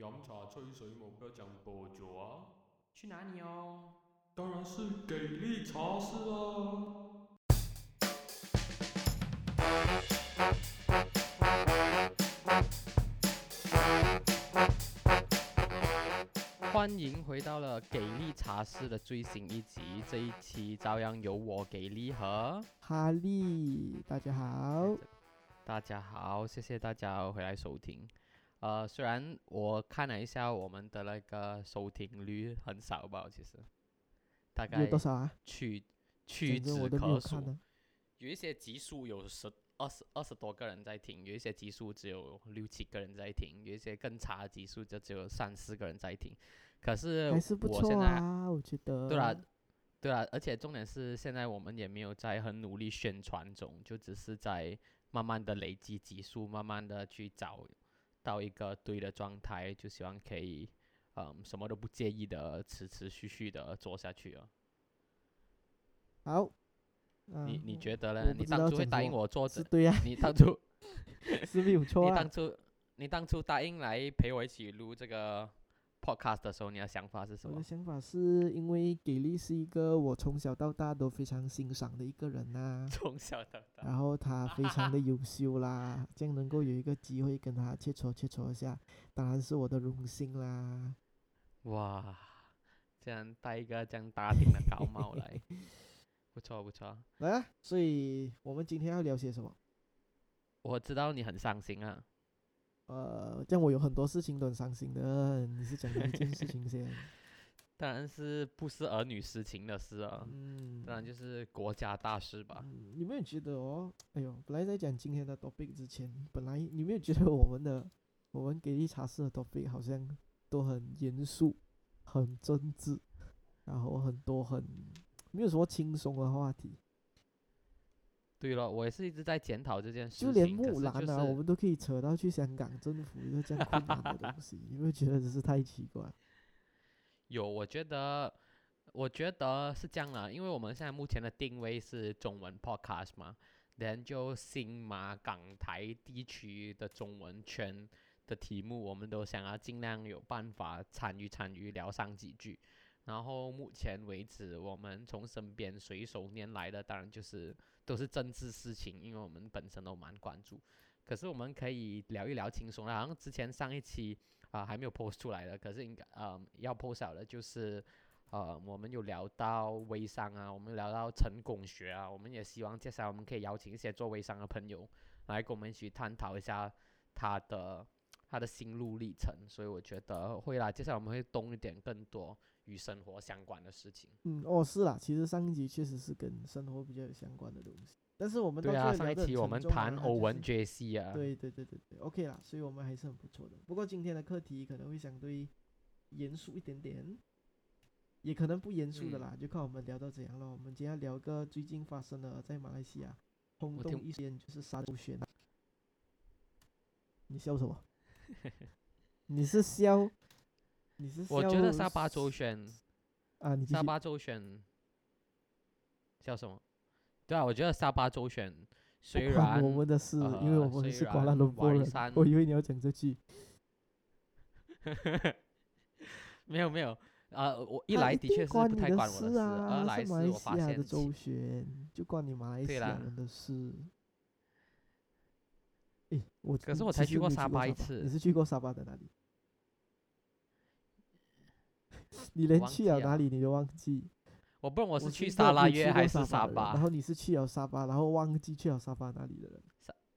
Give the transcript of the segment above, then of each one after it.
饮茶吹水冇必要讲多久啊？ 去哪里哦？ 当然是给力茶室啦！ 欢迎回到了给力茶室的最新一集，这一期照样由我给力和哈利，大家好。 大家好，谢谢大家回来收听。虽然我看了一下我们的那个收听率很少吧，其实大概有多少啊？ 屈讲真指我都没可数。 有看呢。 有一些集数有二十多个人在听，有一些集数只有6、7个人在听，有一些更差的集数就只有3、4个人在听。可是还是不错我现在啊，我觉得。 对啦，而且重点是现在我们也没有在很努力宣传中，就只是在慢慢的累积集数，慢慢的去找到一个对的状态，就希望可以什么都不介意的持续的做下去啊。 好。 你觉得呢？ 我不知道你当初会答讲什么应我做是对啊， 你当初是没有错啊。 你当初答应来陪我一起录这个 podcast 的时候，你的想法是什么？ 我的想法是因为给力是一个我从小到大都非常欣赏的一个人呐、 从小到大， 然后他非常的优秀啦，这样能够有一个机会跟他切磋一下，当然是我的荣幸啦。 哇，这样戴一个这样大顶的高帽来，不错不错。 来啊，所以我们今天要聊些什么？ 我知道你很伤心啊， 这样我有很多事情都很伤心的。你是讲哪一件事情先？ 当然是不是儿女私情的事啊，当然就是国家大事吧。 你没有觉得哦？哎呦，本来在讲今天的 topic 之前，本来你没有觉得我们给力茶室的 topic 好像都很严肃、很政治，然后很多没有什么轻松的话题。 对了，我也是一直在检讨这件事情， 就连木兰啊， 可是就是我们都可以扯到去香港政府一个这样困难的东西，你会觉得真是太奇怪。 我觉得是这样啦，因为我们现在目前的定位是中文 podcast 嘛，然就新马港台地区的中文圈的题目，我们都想要尽量有办法参与聊上几句。然后目前为止，我们从身边随手拈来的，当然就是都是政治事情，因为我们本身都蛮关注。可是我们可以聊一聊轻松的，好像之前上一期还没有 post 出来的，可是应该要 post 了的，就是我们有聊到微商啊，我们聊到成功学啊，我们也希望接下来我们可以邀请一些做微商的朋友来跟我们一起探讨一下他的心路历程，所以我觉得会啦，接下来我们会动一点更多与生活相关的事情。 是啦，其实上一集确实是跟生活比较有相关的东西，但是我们到对啊， 最后上一期我们谈欧文杰西啊， 对，OK 啦，所以我们还是很不错的。不过今天的课题可能会相对严肃一点点，也可能不严肃的啦，就看我们聊到怎样了。我们今天要聊个最近发生的在马来西亚轰动一时，就是沙洲选。你笑什么？你是笑？ 我觉得沙巴州选啊，你沙巴州选叫什么？对啊，我觉得沙巴州选虽然我们的事，因为我们是瓜拉隆坡人，我以为你要讲这句。 没有，我一来的确是不太关我的事，二来是马来我发现西亚的州选就关你马来西亚人的事。 可是我才去过沙巴一次。 你是去过沙巴的哪里？你连去了哪里你都忘记？ 我不知道我是去沙拉约还是沙巴。 然后你是去了沙巴，然后忘记去了沙巴哪里的人？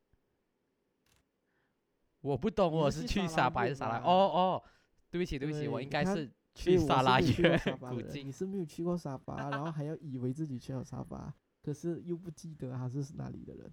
我不懂我是去沙巴还是沙拉。哦，对不起，我应该是去沙拉约古晋。 你是没有去过沙巴，然后还要以为自己去了沙巴，可是又不记得他是哪里的人。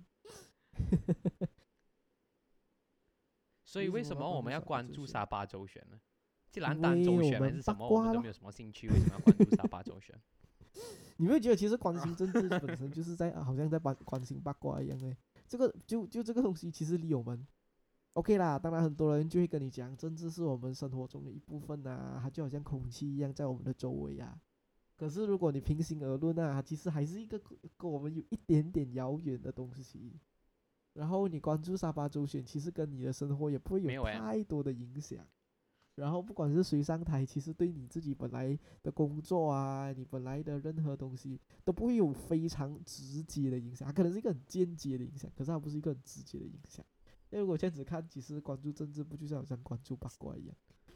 所以为什么我们要关注沙巴州选呢？既然当州选还是什么，我们都没有什么兴趣，为什么要关注沙巴州选？ 你会觉得其实关心政治本身就是好像在关心八卦一样诶。这个就这个东西其实离我们 OK 啦，当然很多人就会跟你讲，政治是我们生活中的一部分啊，它就好像空气一样在我们的周围啊。可是如果你平心而论啊，它其实还是一个跟我们有一点点遥远的东西。然后你关注沙巴州选，其实跟你的生活也不会有太多的影响。 然后不管是谁上台，其实对你自己本来的工作啊，你本来的任何东西都不会有非常直接的影响，它可能是一个很间接的影响，可是它不是一个很直接的影响。因为如果这样子看，其实关注政治不就是好像关注八卦一样？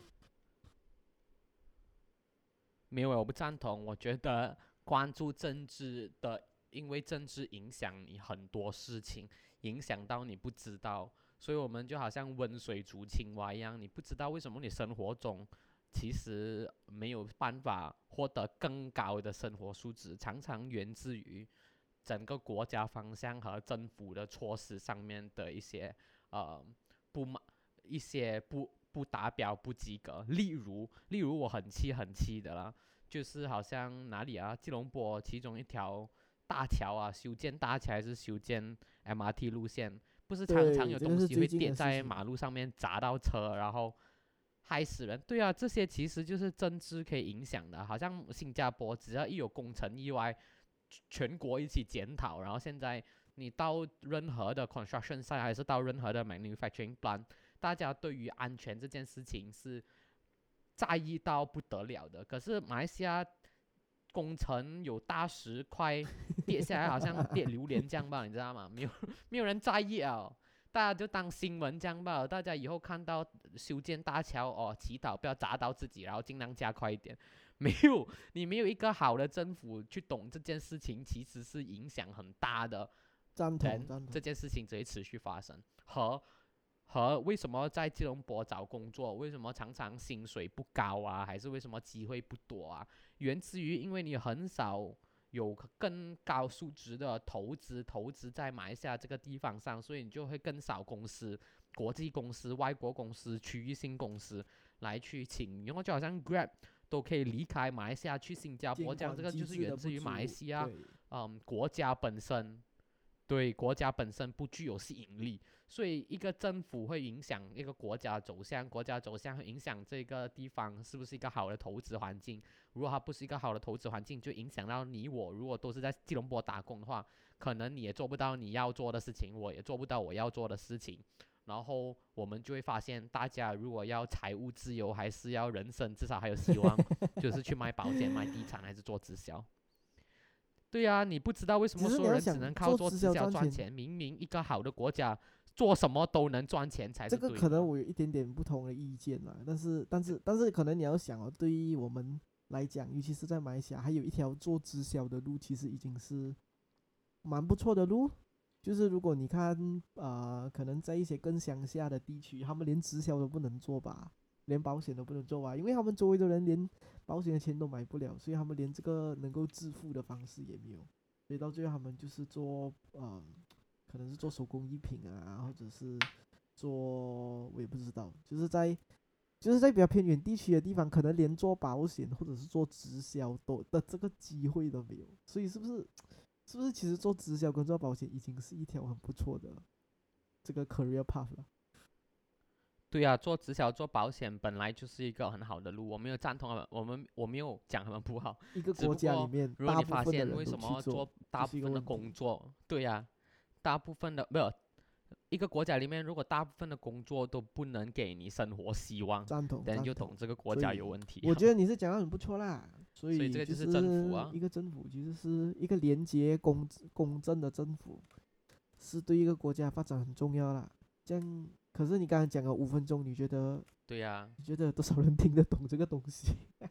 没有，我不赞同。我觉得关注政治的，因为政治影响你很多事情，影响到你不知道，所以我们就好像温水煮青蛙一样，你不知道为什么你生活中其实没有办法获得更高的生活素质，常常源自于整个国家方向和政府的措施上面的一些不满，一些不达标、不及格。例如我很气的啦，就是好像哪里啊，吉隆坡其中一条大桥啊，修建大桥还是修建 MRT 路线，不是常常对，这个有东是最近西会跌的事情。 在马路上面砸到车，然后害死人。对啊，这些其实就是政治可以影响的。好像新加坡只要一有工程意外，全国一起检讨，然后现在你到任何的 construction site 还是到任何的 manufacturing plant，大家对于安全这件事情是在意到不得了的。可是马来西亚工程有大石块跌下来，好像跌榴莲这样吧，你知道吗？没有人在意啊，大家就当新闻这样吧。大家以后看到修建大桥哦，祈祷不要砸到自己，然后尽量加快一点。没有，你没有一个好的政府去懂这件事情，其实是影响很大的。 赞同人赞同。 这件事情只会持续发生。和为什么在吉隆坡找工作，为什么常常薪水不高啊，还是为什么机会不多啊？源自于因为你很少有更高素质的投资在马来西亚这个地方上，所以你就会更少公司、国际公司、外国公司、区域性公司来去请用，就好像 Grab 都可以离开马来西亚去新加坡，这样这个就是源自于马来西亚国家本身。对国家本身不具有吸引力，所以一个政府会影响一个国家走向，国家走向会影响这个地方是不是一个好的投资环境。如果它不是一个好的投资环境，就影响到你我。如果都是在吉隆坡打工的话，可能你也做不到你要做的事情，我也做不到我要做的事情。然后我们就会发现，大家如果要财务自由，还是要人生至少还有希望，就是去卖保险、卖地产，还是做直销。对呀、你不知道为什么只是你要想所有人只能靠做直做直销销赚钱， 赚钱？明明一个好的国家，做什么都能赚钱才这是对的。 个可能我有一点点不同的意见啦。但是可能你要想哦，对于我们来讲，尤其是在马来西亚，还有一条做直销的路，其实已经是蛮不错的路。就是如果你看，可能在一些更乡下的地区，他们连直销都不能做吧，连保险都不能做吧，因为他们周围的人连保险的钱都买不了，所以他们连这个能够致富的方式也没有，所以到最后他们就是做，可能是做手工艺品啊，或者是做我也不知道，就是在比较偏远地区的地方，可能连做保险或者是做直销的这个机会都没有，所以是不是其实做直销跟做保险已经是一条很不错的这个 career path 了？ 对呀、做直销、做保险本来就是一个很好的路，我没有赞同他们，我没有讲他们不好， 一个国只不过家里面， 如果你大部发现为分的人都什么做去做，就是一个大部分的问题。 工作，对呀、大部分的没有一个国家里面，如果大部分的工作都不能给你生活希望， 赞同人就赞同。 懂这个国所以家有问题。 我觉得你是讲的很不错啦，所所以这以就个就是政府啊。 是一个政府，其实是一个廉洁公正的政府，是对一个国家发展很重要啦。这样，可是你刚才讲了5分钟，你觉得对呀、 有多少人听得懂这个东西？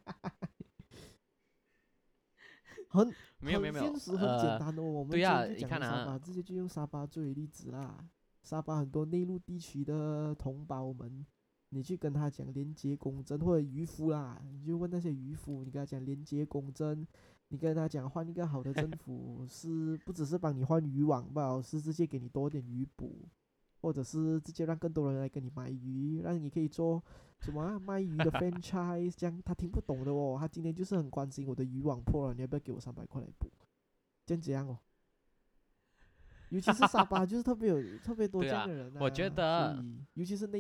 很很没有没有没有， 现实，很简单的哦。我们对呀、 今天就你看啊， 讲了沙巴，直接就用沙巴作为例子啦。沙巴很多内陆地区的同胞们，你去跟他讲廉洁公正，或者渔夫啦，你就问那些渔夫，你跟他讲廉洁公正，你跟他讲换一个好的政府，是不只是帮你换渔网吧，是直接给你多点鱼捕，或者是直接让更多人来跟你买鱼，让你可以做什么卖鱼的 franchise，这样他听不懂的哦。他今天就是很关心我的渔网破了，你要不要给我300块来补？这样哦。尤其是沙巴，就是特别多对啊这样的人我觉所得以尤其是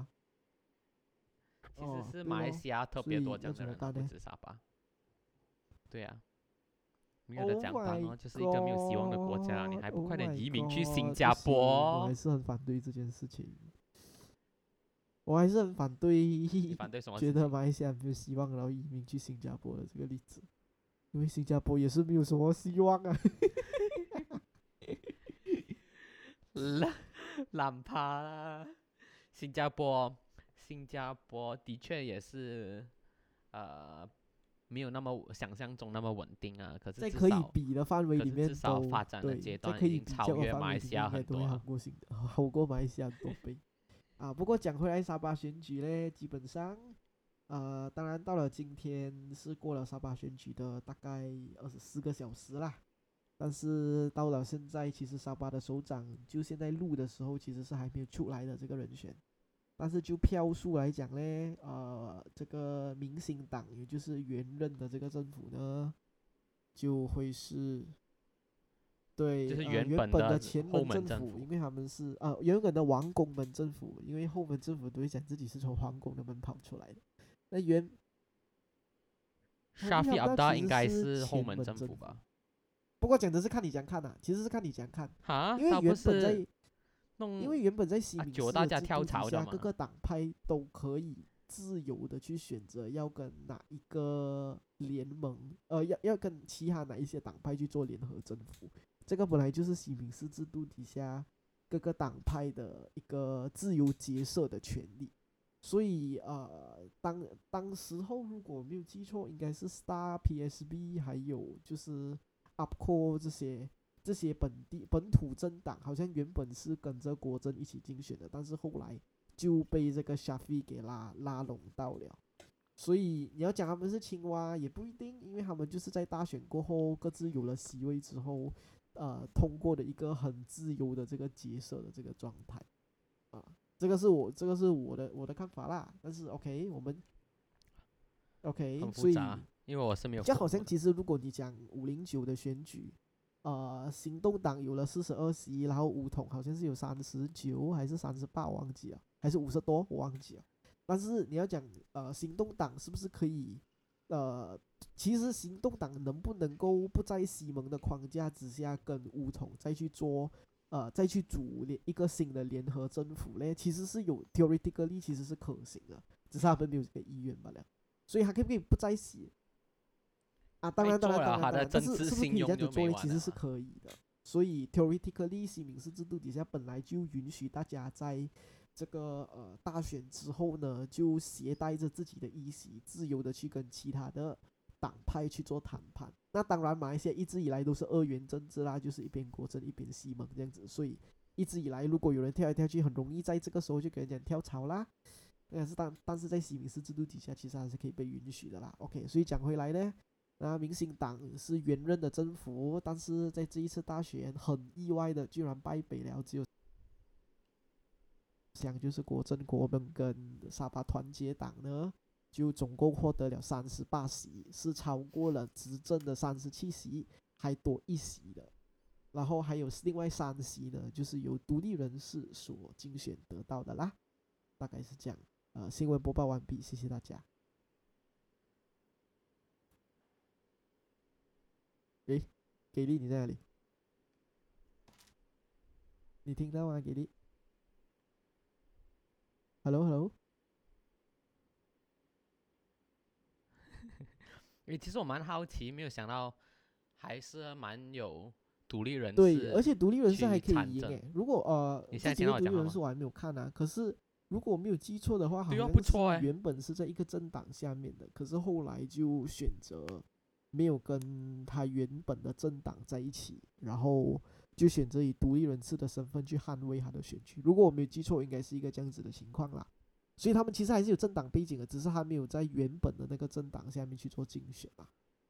其实是对咯马来西亚特所以别多这样的人、不要怎么办呢止沙巴。对呀、没有 ？Oh 的讲办 my 哦，就是一个没有希望的国家，你还不 god，Oh 快点 my 移民去新 god， 加不行，我坡还？是很反对这件事情。 我还是很反对， 你反对什么事情？ 觉得马来西亚没有希望，然后移民去新加坡的这个例子，因为新加坡也是没有什么希望啊。 懒懒趴啦。新加坡的确也是，没有那么想象中那么稳定啊。可是在可以至少， 比的范围里面可是至少都发展的对， 阶在可段已经超以比较的越马来西范围里面，应该都会亚很多啊。 好过马来西亚很多倍啊。不过讲回来，沙巴选举嘞，基本上，当然到了今天是过了沙巴选举的大概24个小时啦。但是到了现在，其实沙巴的首长就现在录的时候，其实是还没有出来的这个人选。但是就票数来讲呢，这个民兴党，也就是原任的这个政府呢，就会是对就是原本的本的前后门政府， 门政府因为他们是原本的王公门政府，因为后门政府都会讲自己是从皇宫的门跑出来的。那因为他 ，Shafi 们那 Abdullah 其实应该是是后门前门政府， 政府吧？ 不过讲的是看你怎样看其实是看你怎样看， 哈， 因为他不原本在是弄西敏九寺的制大家跳度底下， 槽的嘛？ 各个党派都可以自由的去选择要跟哪一个联盟，要跟其他哪一些党派去做联合政府。这个本来就是西敏寺制度底下各个党派的一个自由结社的权利。所以当时候如果没有记错，应该是 Star PSB 还有就是 UPCO 这些本土政党，好像原本是跟着国政一起竞选的，但是后来就被这个 Shafi 给拉拢到了。所以你要讲他们是青蛙也不一定，因为他们就是在大选过后各自有了席位之后，通过的一个很自由的这个结社的这个状态啊。这个是我的看法啦。但是 OK， 我们 OK， 所以很复杂，因为我是没有就 vote 好像过的。 其实如果你讲509的选举，行动党有了42席，然后巫统好像是有39还是38，我忘记了，还是50多，我忘记了。但是你要讲行动党是不是可以其实行动党能不能够不在西蒙的框架之下跟巫统再去组一个新的联合政府呢？其实是有 theoretically 其实是可行的，只是他们没有这个意愿罢了。所以他可不可以不再写当然，但是是不是可以这样子做呢？其实是可以的。所以 theoretically 西敏寺制度底下本来就允许大家在这个大选之后呢，就携带着自己的议席，自由的去跟其他的党派去做谈判。那当然，马来西亚一直以来都是二元政治啦，就是一边国政一边西蒙这样子。所以一直以来，如果有人跳来跳去，很容易在这个时候就给人家跳槽啦。但是在西敏寺制度底下，其实还是可以被允许的啦。OK， 所以讲回来呢。那民兴党是原任的政府，但是在这一次大选很意外的居然败北了，只有就是国政国盟跟沙巴团结党呢，就总共获得了38席，是超过了执政的37席，还多1席的。然后还有另外3席呢，就是由独立人士所竞选得到的啦，大概是这样。新闻播报完毕，谢谢大家。诶，给力，你在哪里？你听到吗？给力 ，Hello， 因为其实我蛮好奇，没有想到还是蛮有独立人对，而士且独立人士还可以去参政。 赢诶。如果你现在这几听到我讲话吗？ 个独立人士我还没有看啊，可是如果我没有记错的话，好对啊， 像是不错哎。 原本是在一个政党下面的，可是后来就选择没有跟他原本的政党在一起，然后就选择以独立人士的身份去捍卫他的选区。如果我没有记错，应该是一个这样子的情况啦。所以他们其实还是有政党背景的，只是他没有在原本的那个政党下面去做竞选啦。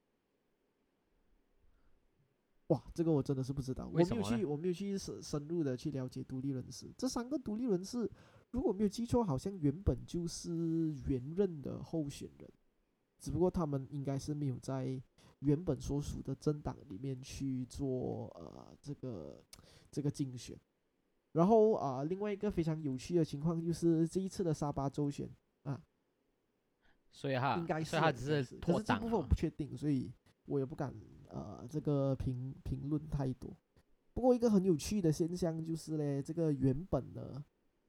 哇，这个我真的是不知道， 为什么呢？ 我没有去深入的去了解独立人士。这3个独立人士，如果没有记错，好像原本就是原任的候选人，只不过他们应该是没有在原本所属的政党里面去做这个竞选。然后另外一个非常有趣的情况就是这一次的沙巴州选所以他应该是， 只是可脱党是这部分我了。 不确定，所以我也不敢这个评论太多。不过一个很有趣的现象就是嘞，这个原本的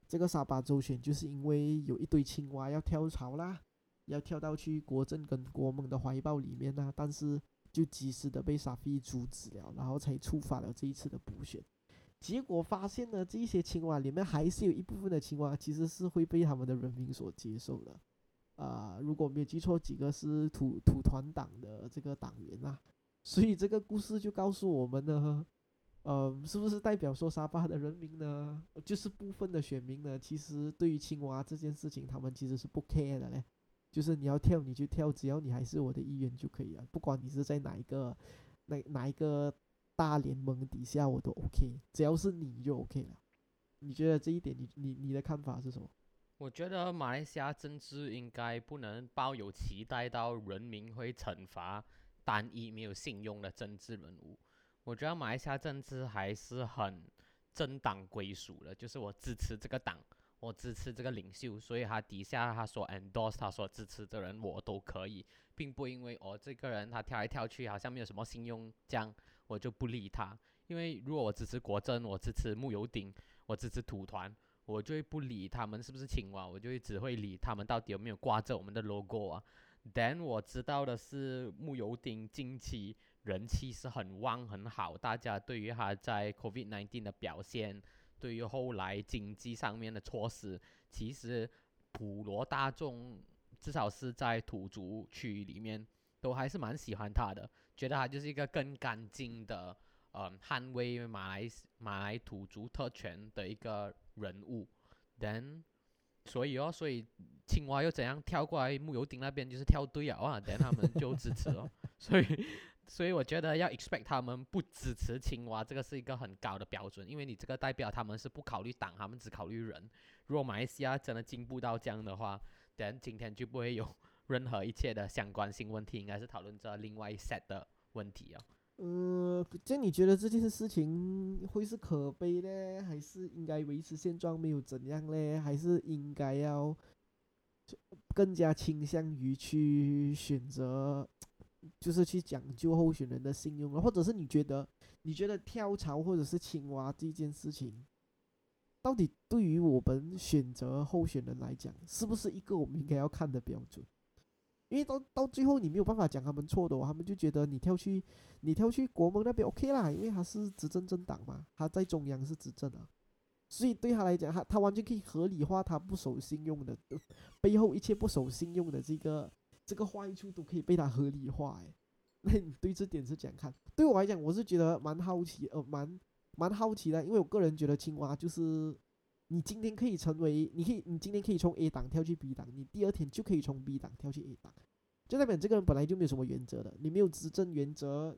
这个沙巴州选就是因为有一堆青蛙要跳槽啦，要跳到去国政跟国盟的怀抱里面啦，但是就及时的被沙菲阻止了，然后才触发了这一次的补选。结果发现呢，这一些青蛙里面还是有一部分的青蛙其实是会被他们的人民所接受的。如果没有记错，几个是土团党的这个党员啊，所以这个故事就告诉我们呢，是不是代表说沙巴的人民呢，就是部分的选民呢，其实对于青蛙这件事情，他们其实是不 care 的嘞，就是你要跳你就跳，只要你还是我的议员就可以了，不管你是在哪一个大联盟底下我都 OK， 只要是你就 OK 了。你觉得这一点你的看法是什么？ 我觉得马来西亚政治应该不能抱有期待到人民会惩罚单一没有信用的政治人物。我觉得马来西亚政治还是很政党归属的，就是我支持这个党，我支持这个领袖，所以他底下他所 endorse 他所支持的人我都可以，并不因为这个人他跳来跳去好像没有什么信用这样我就不理他。因为如果我支持国政，我支持慕尤丁，我支持土团，我就会不理他们是不是青蛙，我就会只会理他们到底有没有挂着我们的 logo 啊。Then 我知道的是慕尤丁近期人气是很旺很好，大家对于他在 COVID-19 的表现，对于后来经济上面的措施，其实普罗大众至少是在土族区里面都还是蛮喜欢他的，觉得他就是一个更干净的捍卫马来土族特权的一个人物。Then 所以青蛙又怎样跳过来木油丁那边就是跳对了啊，then 他们就支持哦。所以我觉得要 expect 他们不支持青蛙，这个是一个很高的标准，因为你这个代表他们是不考虑党，他们只考虑人。如果马来西亚真的进步到这样的话，then 今天就不会有任何一切的相关性问题，应该是讨论着另外一 set 的问题啊。 这样你觉得这件事情会是可悲呢，还是应该维持现状没有怎样呢？还是应该要更加倾向于去选择，就是去讲究候选人的信用了？或者是你觉得跳槽或者是青蛙这件事情，到底对于我们选择候选人来讲，是不是一个我们应该要看的标准？因为到最后你没有办法讲他们错的他们就觉得你跳去国盟那边 OK 啦，因为他是执政政党嘛，他在中央是执政啊，所以对他来讲，他完全可以合理化他不守信用的背后一切不守信用的这个坏处都可以被他合理化那你对这点是怎样看？对我来讲，我是觉得蛮好奇，蛮好奇的，因为我个人觉得青蛙就是你今天可以成为，你今天可以从 A 党跳去 B 党，你第二天就可以从 B 党跳去 A 党，就代表这个人本来就没有什么原则的，你没有执政原则，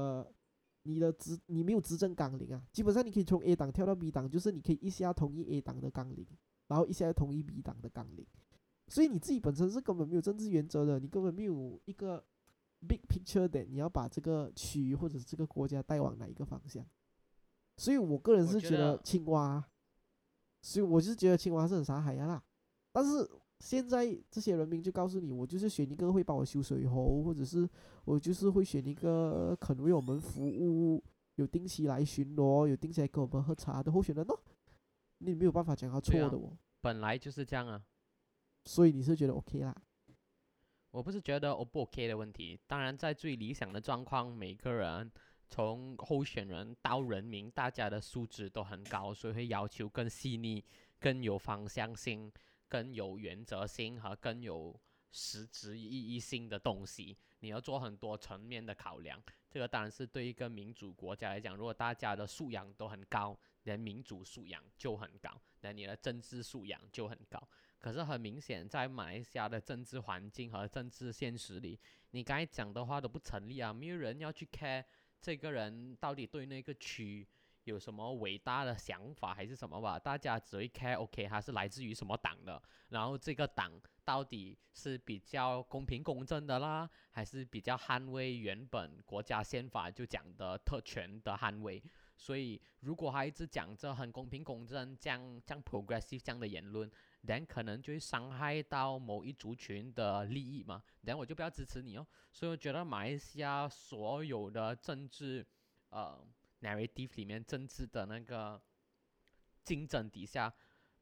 你没有执政纲领啊，基本上你可以从 A 党跳到 B 党，就是你可以一下同意 A 党的纲领，然后一下同意 B 党的纲领，所以你自己本身是根本没有政治原则的，你根本没有一个 big picture 的，你要把这个区域或者是这个国家带往哪一个方向，所以我个人是觉得青蛙。所以我就觉得青蛙是很傻海呀啦，但是现在这些人民就告诉你，我就是选一个会帮我修水喉，或者是我就是会选一个肯为我们服务，有定期来巡逻，有定期来跟我们喝茶的候选人哦，你没有办法讲他错的哦。 本来就是这样啊。 所以你是觉得 OK 啦？ 我不是觉得 O 不 OK 的问题，当然在最理想的状况，每个人从候选人到人民，大家的素质都很高，所以会要求更细腻、更有方向性、更有原则性和更有实质意义性的东西。你要做很多层面的考量，这个当然是对一个民主国家来讲，如果大家的素养都很高，连民主素养就很高，那你的政治素养就很高。可是很明显，在马来西亚的政治环境和政治现实里，你刚才讲的话都不成立啊！没有人要去 care 这个人到底对那个区有什么伟大的想法还是什么吧，大家只会 care OK 他是来自于什么党的，然后这个党到底是比较公平公正的啦，还是比较捍卫原本国家宪法就讲的特权的捍卫。所以如果他一直讲着很公平公正这样 progressive 这样的言论，then 可能就会伤害到某一族群的利益嘛，then 我就不要支持你哦。所以我觉得马来西亚所有的政治narrative 里面政治的那个竞争底下，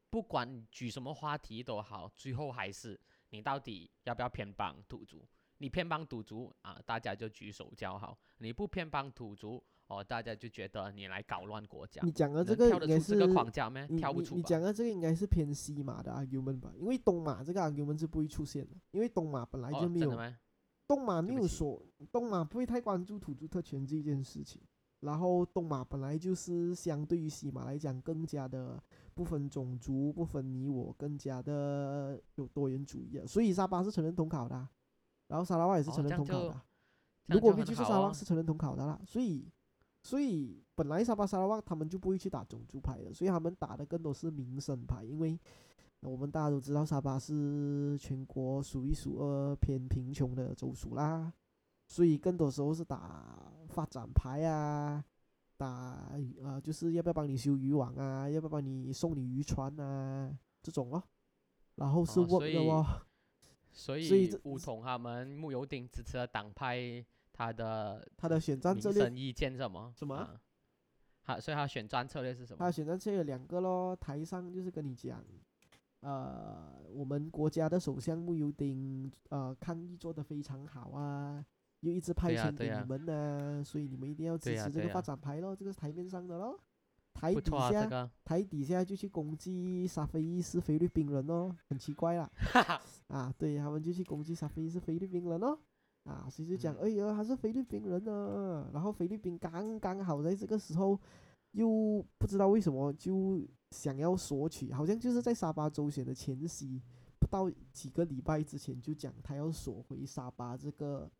不管你举什么话题都好，最后还是你到底要不要偏帮土族？你偏帮土族啊，大家就举手叫好；你不偏帮土族，哦，大家就觉得你来搞乱国家。 你讲的这能跳得个应该是出这个框架咩？跳不出吧？ 你讲的这个应该是偏西马的 argument 吧？因为东马这个 argument 是不会出现的，因为东马本来就没有， 真的吗？ 东马没对不起有说，东马不会太关注土著特权这件事情。然后东马本来就是相对于西马来讲更加的不分种族、不分你我，更加的有多元主义啊。所以沙巴是承认统考的然后沙拉瓦也是承认统考的如果可以接受沙拉瓦是承认统考的啦，所以本来沙巴沙拉瓦他们就不会去打种族牌的，所以他们打的更多是民生牌，因为我们大家都知道沙巴是全国数一数二偏贫穷的州属啦，所以更多时候是打发展牌啊，打就是要不要帮你修渔网啊，要不要帮你送你渔船啊这种哦，然后是 work 的哦， 所以巫统他们木有丁支持的党派，他的选战策略意见什么？ 什么？ 所以他选战策略是什么？ 他选战策略有2个咯，台上就是跟你讲，我们国家的首相慕尤丁抗疫做得非常好啊，又一直派钱给你们啊，所以你们一定要支持这个发展牌咯，这个是台面上的咯。台底下就去攻击沙菲伊是菲律宾人哦，很奇怪啦。对他们就去攻击沙菲伊是菲律宾人哦。所以就讲，哎呀，他是菲律宾人啊。然后菲律宾刚刚好在这个时候，又不知道为什么就想要索取，好像就是在沙巴州选的前夕，不到几个礼拜之前就讲他要索回沙巴这个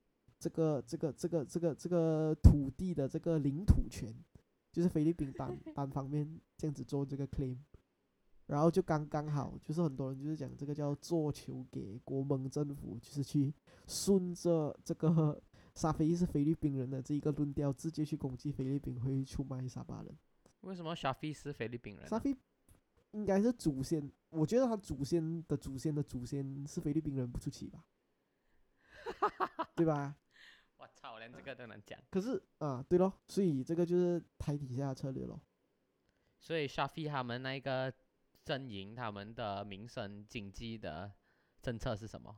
土地的这个领土权。就是菲律宾单方面这样子做这个 claim， 然后就刚刚好，就是很多人就是讲这个叫做球给国盟政府，就是去顺着这个沙菲是菲律宾人的这一个论调，直接去攻击菲律宾会出卖沙巴人。 为什么沙菲是菲律宾人？ 沙菲应该是祖先，我觉得他祖先的祖先的祖先是菲律宾人不出奇吧，对吧？ 我操，连这个都能讲。 可是对咯，所以这个就是台底下的策略咯。 所以沙菲他们那个阵营，他们的民生经济的政策是什么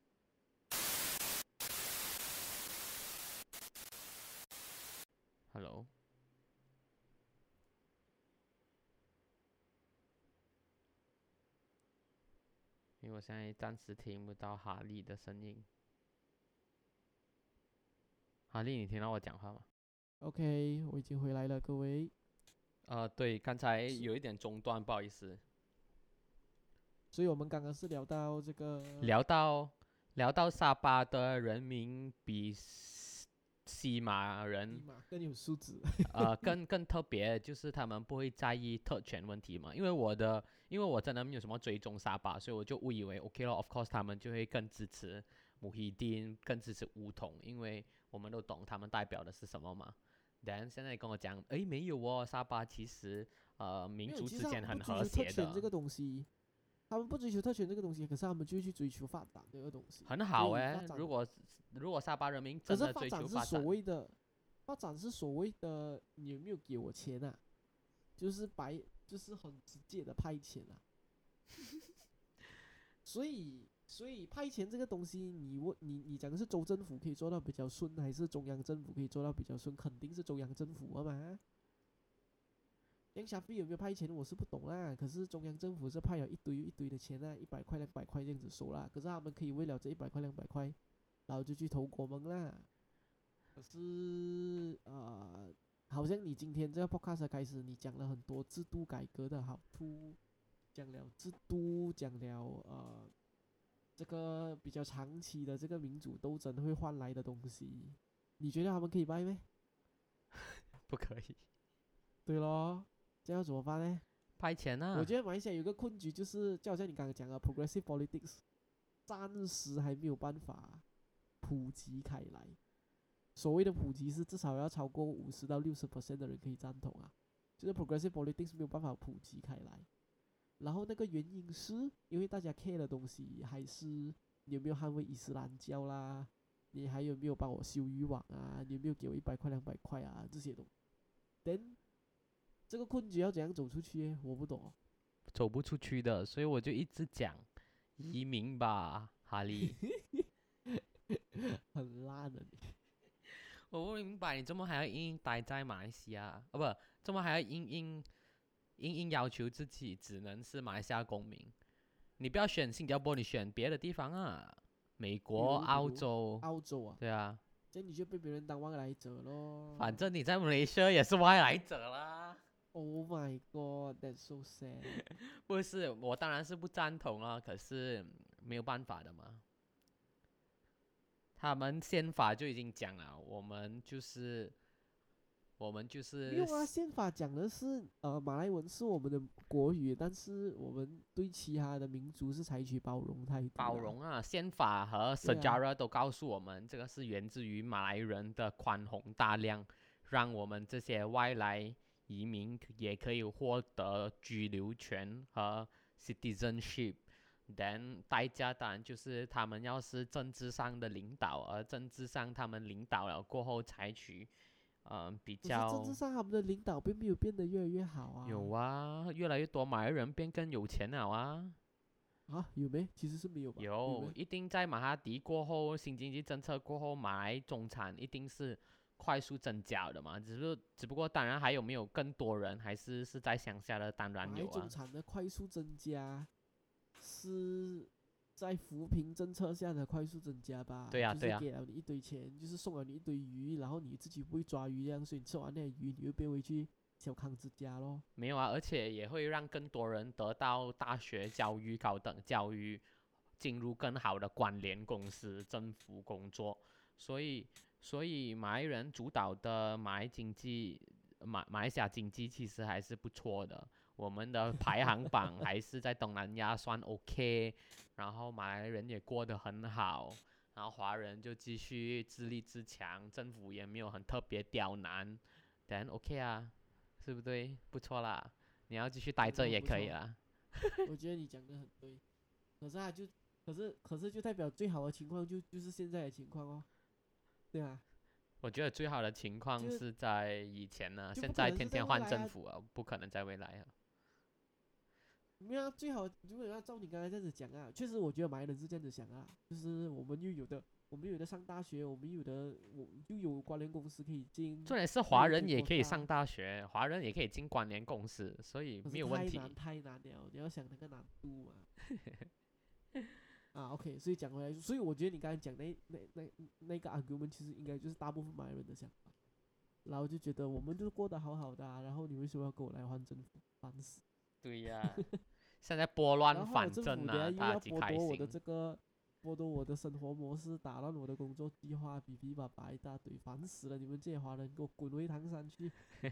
？Hello， 因为我现在暂时听不到哈利的声音。哈利，你听到我讲话吗 ？OK， 我已经回来了，各位。 对，刚才有一点中断，不好意思。 所以我们刚刚是聊到这个， 聊到沙巴的人民比西马人更有素质。 更特别，就是他们不会在意特权问题嘛。因为我真的没有什么追踪沙巴，所以我就误以为 OK 咯 ，of course 他们就会更支持穆希丁，更支持巫统，因为我们都懂他们代表的是什么嘛。但现在跟我讲，没有哦，沙巴其实民族之间很和谐的。 特权这个东西，他们不追求特权这个东西，可是他们就去追求发展这个东西。 很好如果沙巴人民真的追求发展是所谓的发展是所谓的你有没有给我钱啊？就是很直接的派钱啊。所以派钱这个东西，你讲的是州政府可以做到比较顺，还是中央政府可以做到比较顺？肯定是中央政府嘛。像沙菲有没有派钱，我是不懂啦。可是中央政府是派了一堆一堆的钱啊，100块200块这样子收啦。可是他们可以为了这100块200块，然后就去投国盟啦。可是好像你今天这个 podcast 开始，你讲了很多制度改革的好处，讲了制度，讲了这个比较长期的这个民主斗争会换来的东西，你觉得他们可以卖吗？ 不可以。 对咯，这样怎么办呢？ 派钱啊！ 我觉得马来西亚有个困局，就好像你刚刚讲的 progressive politics， 暂时还没有办法普及开来。所谓的普及是至少要超过50到60% 的人可以赞同啊，就是 progressive politics 没有办法普及开来。然后那个原因是因为大家 care 的东西还是你有没有捍卫伊斯兰教啦，你还有没有帮我修渔网啊，你有没有给我100块200块啊，这些东西。Then 这个困局要怎样走出去？我不懂。 走不出去的，所以我就一直讲移民吧，哈利。 很烂的你。 我不明白你怎么还要硬硬待在马来西亚啊？不，怎么还要硬要求自己只能是马来西亚公民？你不要选新加坡，你选别的地方啊，美国、澳洲， 澳洲啊， 对啊， 这样你就被别人当外来者咯。 反正你在马来西亚也是外来者啦。 Oh my god, that's so sad 。 不是，我当然是不赞同啊，可是没有办法的嘛。他们宪法就已经讲了，我们就是没有啊，宪法讲的是马来文是我们的国语，但是我们对其他的民族是采取包容态度。 包容啊，宪法和 sejarah 都告诉我们，这个是源自于马来人的宽宏大量，让我们这些外来移民也可以获得居留权和 citizenship。但代价当然就是他们要是政治上的领导，而政治上他们领导了过后采取比可是较政治上他们的领导并没有变得越来越好啊。 有啊，越来越多马来人变更有钱了啊。 啊，有没？其实是没有吧？ 有，一定在马哈迪过后，新经济政策过后，马来中产一定是快速增加的嘛。只不过当然还有没有更多人，还是在乡下的，当然马来有啊。 中产的快速增加是在扶贫政策下的快速增加吧？ 对呀对呀就是给了你一堆钱，就是送了你一堆鱼，然后你自己不会抓鱼，这样，所以你吃完那些鱼，你又变回去小康之家咯。 没有啊，而且也会让更多人得到大学教育、高等教育，进入更好的关联公司、政府工作。所以马来人主导的马来经济，马来西亚经济其实还是不错的。我们的排行榜还是在东南亚算 OK，然后马来人也过得很好，然后华人就继续自立自强，政府也没有很特别刁难，then OK 啊，对不对？不错啦，你要继续待着也可以啦。 我觉得你讲的很对，可是啊就，可是就代表最好的情况就是现在的情况哦，对啊， 我觉得最好的情况就是在以前呢， 就现不可能是在在天天换未来啊。 政府啊，不可能在未来啊。 没有啊，最好如果要照你刚才这样子讲啊，确实我觉得马来人是这样子想啊，就是我们有的上大学，我们就有关联公司可以进， 重点是华人也可以上大学，华人也可以进关联公司，所以可是没有问题。 太难了，你要想那个难度嘛。啊，OK，所以讲回来，所以我觉得你刚才讲那个 argument 其实应该就是大部分马来人的想法，然后就觉得我们就过得好好的啊，然后你为什么要跟我来换政府，烦死。 对呀、现在拨乱然后反政府正啊， 等下又要大家几开剥夺我的心。 这个，剥夺我的生活模式，打乱我的工作计划，哔哔叭叭一大堆，烦死了！你们这些华人给我滚回唐山去！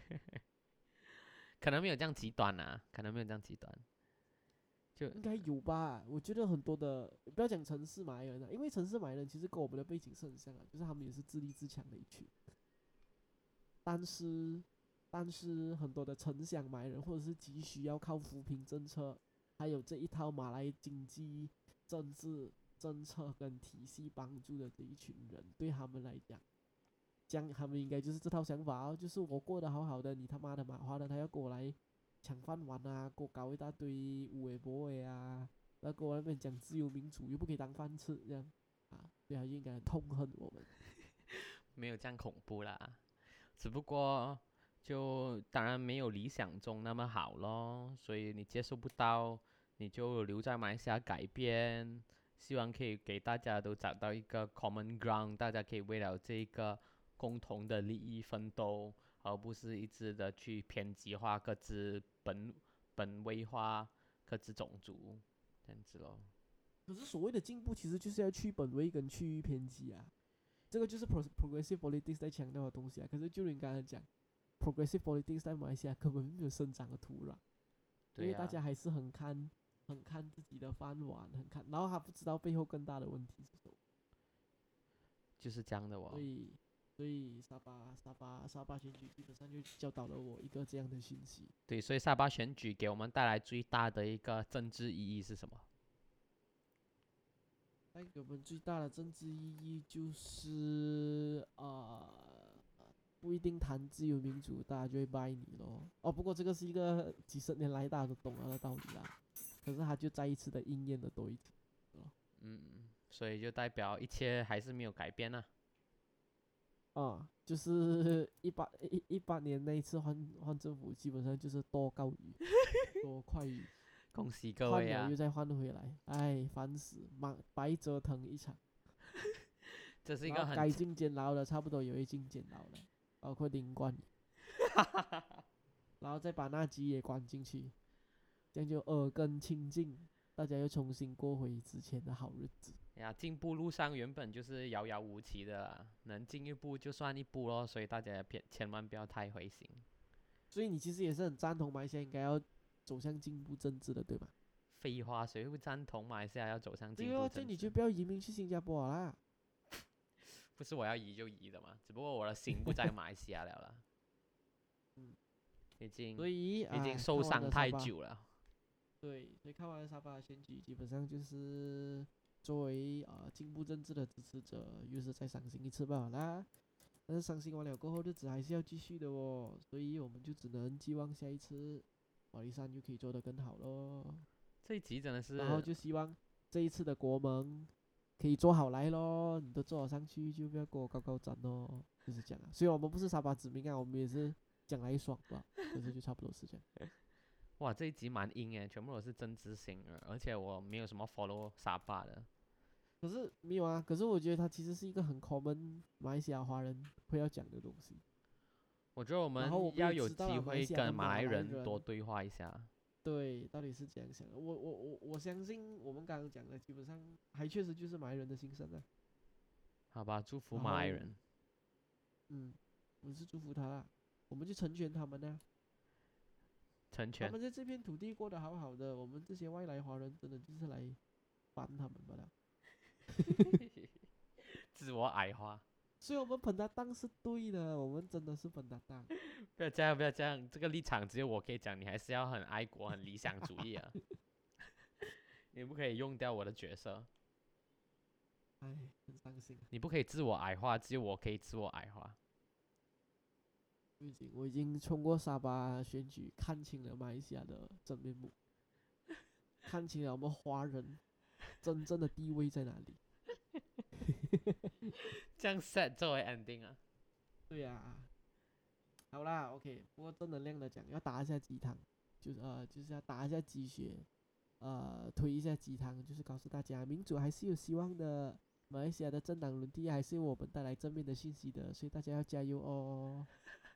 可能没有这样极端啊，可能没有这样极端。就应该有吧？我觉得很多的，不要讲城市马来人啊，因为城市马来人其实跟我们的背景是很像啊，就是他们也是自立自强的一群。但是，但是很多的城乡马来人，或者是急需要靠扶贫政策，还有这一套马来经济、政治政策跟体系帮助的这一群人，对他们来讲，他们应该就是这套想法哦，就是我过得好好的，你他妈的马华人他要过来抢饭碗啊，给我搞一大堆无为博为啊，然后跟我那边讲自由民主又不可以当饭吃，这样啊，对啊，就应该很痛恨我们。 没有这样恐怖啦，只不过就当然没有理想中那么好咯，所以你接受不到，你就留在马来西亚改变，希望可以给大家都找到一个 common ground，大家可以为了这个共同的利益奋斗，而不是一直的去偏激化各自本位化各自种族这样子咯。 可是所谓的进步，其实就是要去本位跟去偏激啊，这个就是 progressive politics 在强调的东西啊。可是就你刚才讲，progressive politics 在马来西亚根本没有生长的土壤，因对呀、 为大家还是很看自己的饭碗，很看，然后他不知道背后更大的问题是什么。 就是这样的哦。 所以沙巴选举基本上就教导了我一个这样的信息。 对，所以沙巴选举给我们带来最大的一个政治意义是什么？ 带给我们最大的政治意义就是不一定谈自由民主，大家就会拜你咯。哦，不过这个是一个几十年来大家都懂了的道理啦。可是他就再一次的应验了多一次。 所以就代表一切还是没有改变啊。 就是18年那一次换政府，基本上就是多告语，多快语， 恭喜各换位啊！ 了又再换回来，哎，烦死，白折腾一场。 这是一然个很后该进监牢的差不多也会进监牢了，包括林冠宇，然后再把那集也关进去，这样就耳根清净，大家又重新过回之前的好日子。 呀，进步路上原本就是遥遥无期的啦，能进一步就算一步咯，所以大家千万不要太灰心。 所以你其实也是很赞同马来西亚应该要走向进步政治的，对吧？ 废话，谁会赞同马来西亚要走向进对哦， 步政治？ 这样你就不要移民去新加坡了啦。 不是我要移就移的嘛，只不过我的心不在马来西亚了啦。已经受伤太久了。 对，所以看完了沙巴的选举，基本上就是作为进步政治的支持者，又是再伤心一次罢了啦。但是伤心完了过后，日子还是要继续的哦，所以我们就只能寄望下一次瓦利山就可以做得更好咯。 这一集真的是， 然后就希望这一次的国盟可以做好来咯，你都做好上去，就不要给我高高赞咯，就是这样啊。虽然我们不是沙巴子民啊，我们也是讲来爽吧，可是就差不多是这样。 哇，这一集蛮硬诶，全部都是政治性的，而且我没有什么 follow 沙巴的。 可是没有啊，可是我觉得它其实是一个很 common 马来西亚华人会要讲的东西。 我觉得我们然后我们要有也知道机会了马来西亚的跟马来马来人多人对话一下。 对，到底是怎样想的？我相信我们刚刚讲的，基本上还确实就是马来人的心声啊。 好吧，祝福然后马来人。 我们是祝福他啦，我们就成全他们呢、 成全。 他们在这片土地过得好好的，我们这些外来华人真的就是来帮他们罢了。 自我矮化。 所以我们捧他当是对的，我们真的是捧他当。 不要这样，不要这样，这个立场只有我可以讲，你还是要很爱国、很理想主义啊。你不可以用掉我的角色， 哎，很伤心。 你不可以自我矮化，只有我可以自我矮化。 我已经通过沙巴选举看清了马来西亚的真面目，看清了我们华人真正的地位在哪里。 这样 set 作为 ending 啊。 对呀、好啦，OK，不过正能量的讲，要打一下鸡汤，就是要打一下鸡血，推一下鸡汤，就是告诉大家民主还是有希望的，马来西亚的政党轮替还是为我们带来正面的信息的，所以大家要加油哦。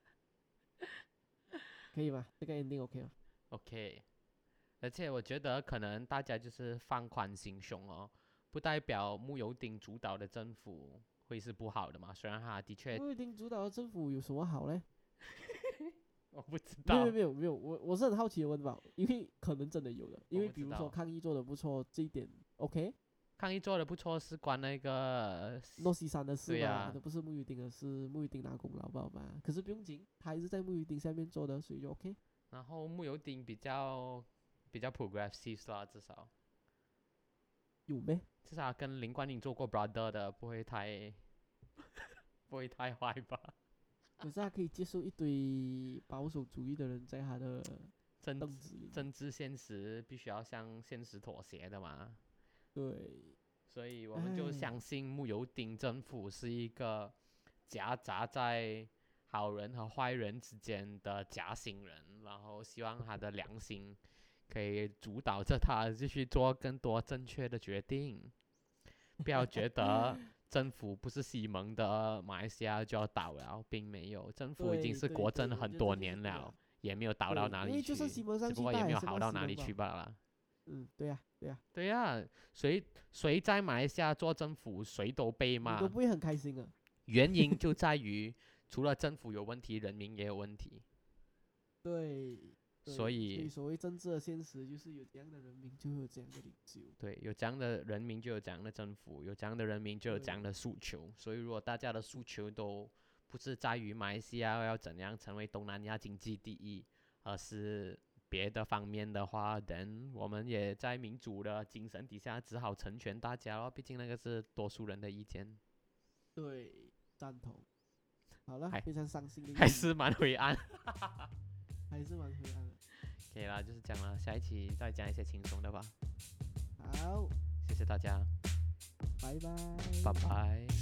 可以吗？这个 ending OK 吗？ OK，而且我觉得可能大家就是放宽心胸哦，不代表慕尤丁主导的政府会是不好的嘛。虽然他的确， 穆尤丁主导的政府有什么好嘞？ 我不知没道有没有没有，我是很好奇的问吧，因为可能真的有的，因为比如我不知道说抗议做的不错，这一点 OK。 抗议做的不错，是关那个诺西山的事嘛， 对啊那不是穆尤丁的事，穆尤丁拿功劳吧嘛。可是不用紧，他还是在穆尤丁下面做的，所以就 OK。 然后慕尤丁比较 progressive 啦，至少有没？ 跟林冠英做过 brother 的，不会太不会太坏吧？ 可是他可以接受一堆保守主义的人在他的政凳子里。 政治现实必须要向现实妥协的嘛。 对， 所以我们就唉相信慕尤丁政府是一个夹杂在好人和坏人之间的夹心人，然后希望他的良心可以主导着他继续做更多正确的决定，不要觉得政府不是西蒙的马来西亚就要倒了，并没有，政府已经是国政很多年了，也没有倒到哪里去， 因为就算西蒙上去， 只不过也没有好到哪里大也是骂西蒙吧。 去罢了。 对呀、对呀、 对呀、谁在马来西亚做政府，谁都被你骂都。不会很开心啊。 原因就在于，除了政府有问题，人民也有问题。 对， 所以所谓政治的现实，就是有这样的人民，就会有这样的领袖。 对，有这样的人民就有这样的政府，有这样的人民就有这样的诉求。所以，如果大家的诉求都不是在于马来西亚要怎样成为东南亚经济第一，而是别的方面的话，等我们也在民主的精神底下，只好成全大家咯。毕竟那个是多数人的意见。 对，赞同。 好了，非常伤心的一集， 还是蛮灰暗。 还是蛮灰暗的。 可以啦，就是这样了，下一期再讲一些轻松的吧。 好， 谢谢大家， 拜拜， 拜拜。